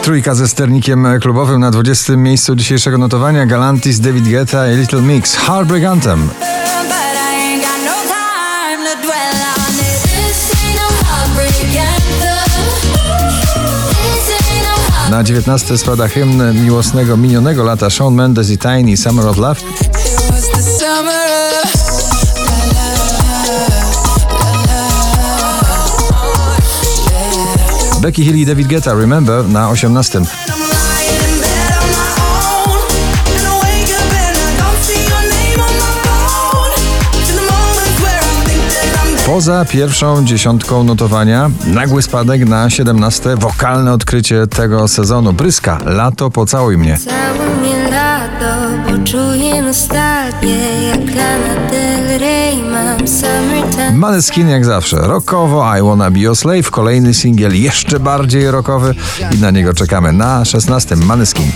Trójka ze sternikiem klubowym na 20. miejscu dzisiejszego notowania. Galantis, David Guetta i Little Mix. Heartbreak Anthem. Na 19. spada hymn miłosnego minionego lata Shawn Mendes i Tiny, Summer of Love. Becky Hill i David Guetta, Remember, na 18. Poza pierwszą dziesiątką notowania nagły spadek na 17. Wokalne odkrycie tego sezonu. Bryska, Lato, pocałuj mnie. Całuj mnie lato, bo czuję nostalgię, jak Lana Del Rey, mam summertime. Maneskin jak zawsze, rockowo, I Wanna Be Your Slave, kolejny singiel jeszcze bardziej rockowy i na niego czekamy. Na 16. Maneskin.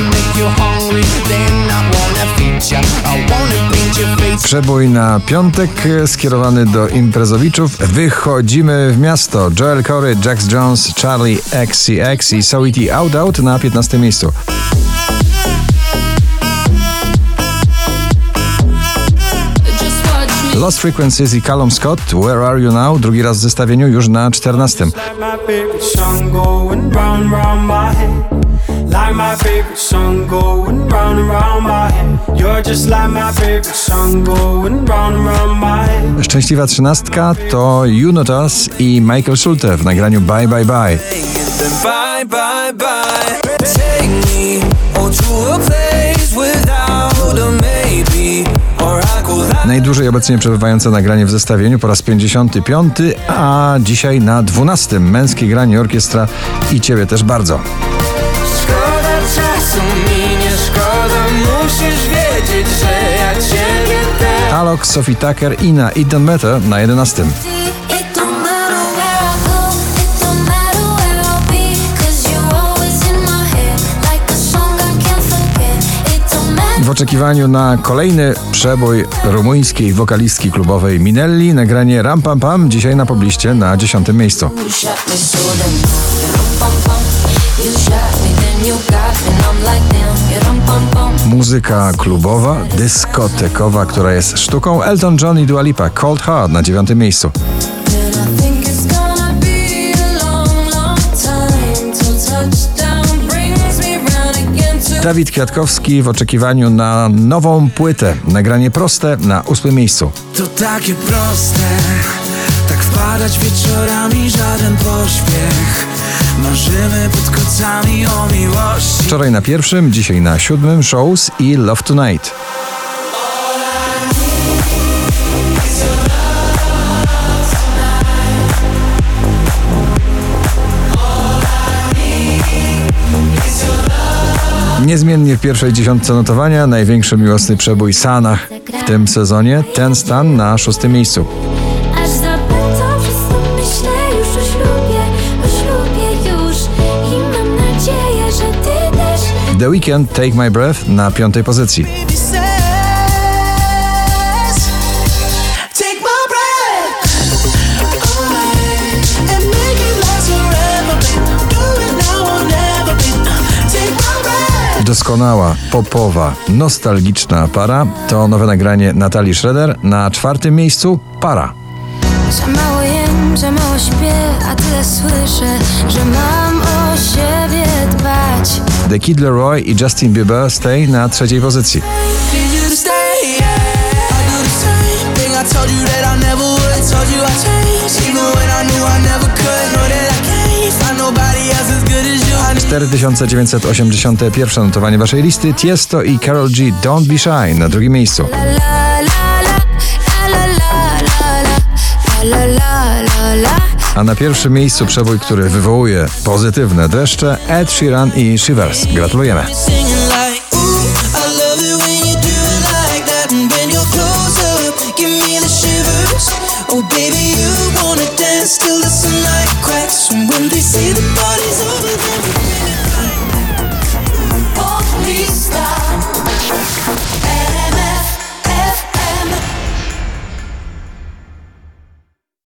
Przebój na piątek skierowany do imprezowiczów. Wychodzimy w miasto. Joel Corey, Jax Jones, Charlie XCX i Saweetie Out Out na 15. miejscu. Lost Frequencies i Callum Scott, Where Are You Now? Drugi raz w zestawieniu, już na 14. Szczęśliwa 13 to You Not Us i Michael Schulte w nagraniu Bye Bye Bye. Bye, bye, bye. Take me to a place without a maybe. Najdłużej obecnie przebywające nagranie w zestawieniu po raz 55, a dzisiaj na 12. Męskie granie orkiestra i ciebie też bardzo. Szkoda czasu mi, nie szkoda, musisz wiedzieć, że ja ciebie też. Alok, Sophie Tucker i na It Don't Matter na 11. W oczekiwaniu na kolejny przebój rumuńskiej wokalistki klubowej Minelli, nagranie Ram Pam Pam, dzisiaj na pobliście na 10. miejscu. Muzyka klubowa, dyskotekowa, która jest sztuką. Elton John i Dua Lipa, Cold Heart na 9. miejscu. Dawid Kwiatkowski w oczekiwaniu na nową płytę. Nagranie Proste na 8. miejscu. To takie proste, tak wpadać wieczorami, żaden pośpiech. Marzymy pod kocami o miłości. Wczoraj na 1., dzisiaj na 7. Shows i Love Tonight. Niezmiennie w pierwszej dziesiątce notowania największy miłosny przebój Sanach w tym sezonie. Ten stan na 6. miejscu. Aż za bardzo myślę już o ślubie już i mam nadzieję, że ty też. The Weeknd, Take My Breath na 5. pozycji. Doskonała, popowa, nostalgiczna para to nowe nagranie Natalii Schroeder. Na 4. miejscu Para. Za mało jem, za mało śpię, a tyle słyszę, że mam o siebie dbać. The Kid Laroi i Justin Bieber, Stay na 3. pozycji. I 4981 notowanie waszej listy. Tiesto i Karol G, Don't Be Shy na 2. miejscu. A na 1. miejscu przebój, który wywołuje pozytywne dreszcze, Ed Sheeran i Shivers. Gratulujemy. Oh baby, you wanna dance till the sunlight cracks. And when they say the party's over, then we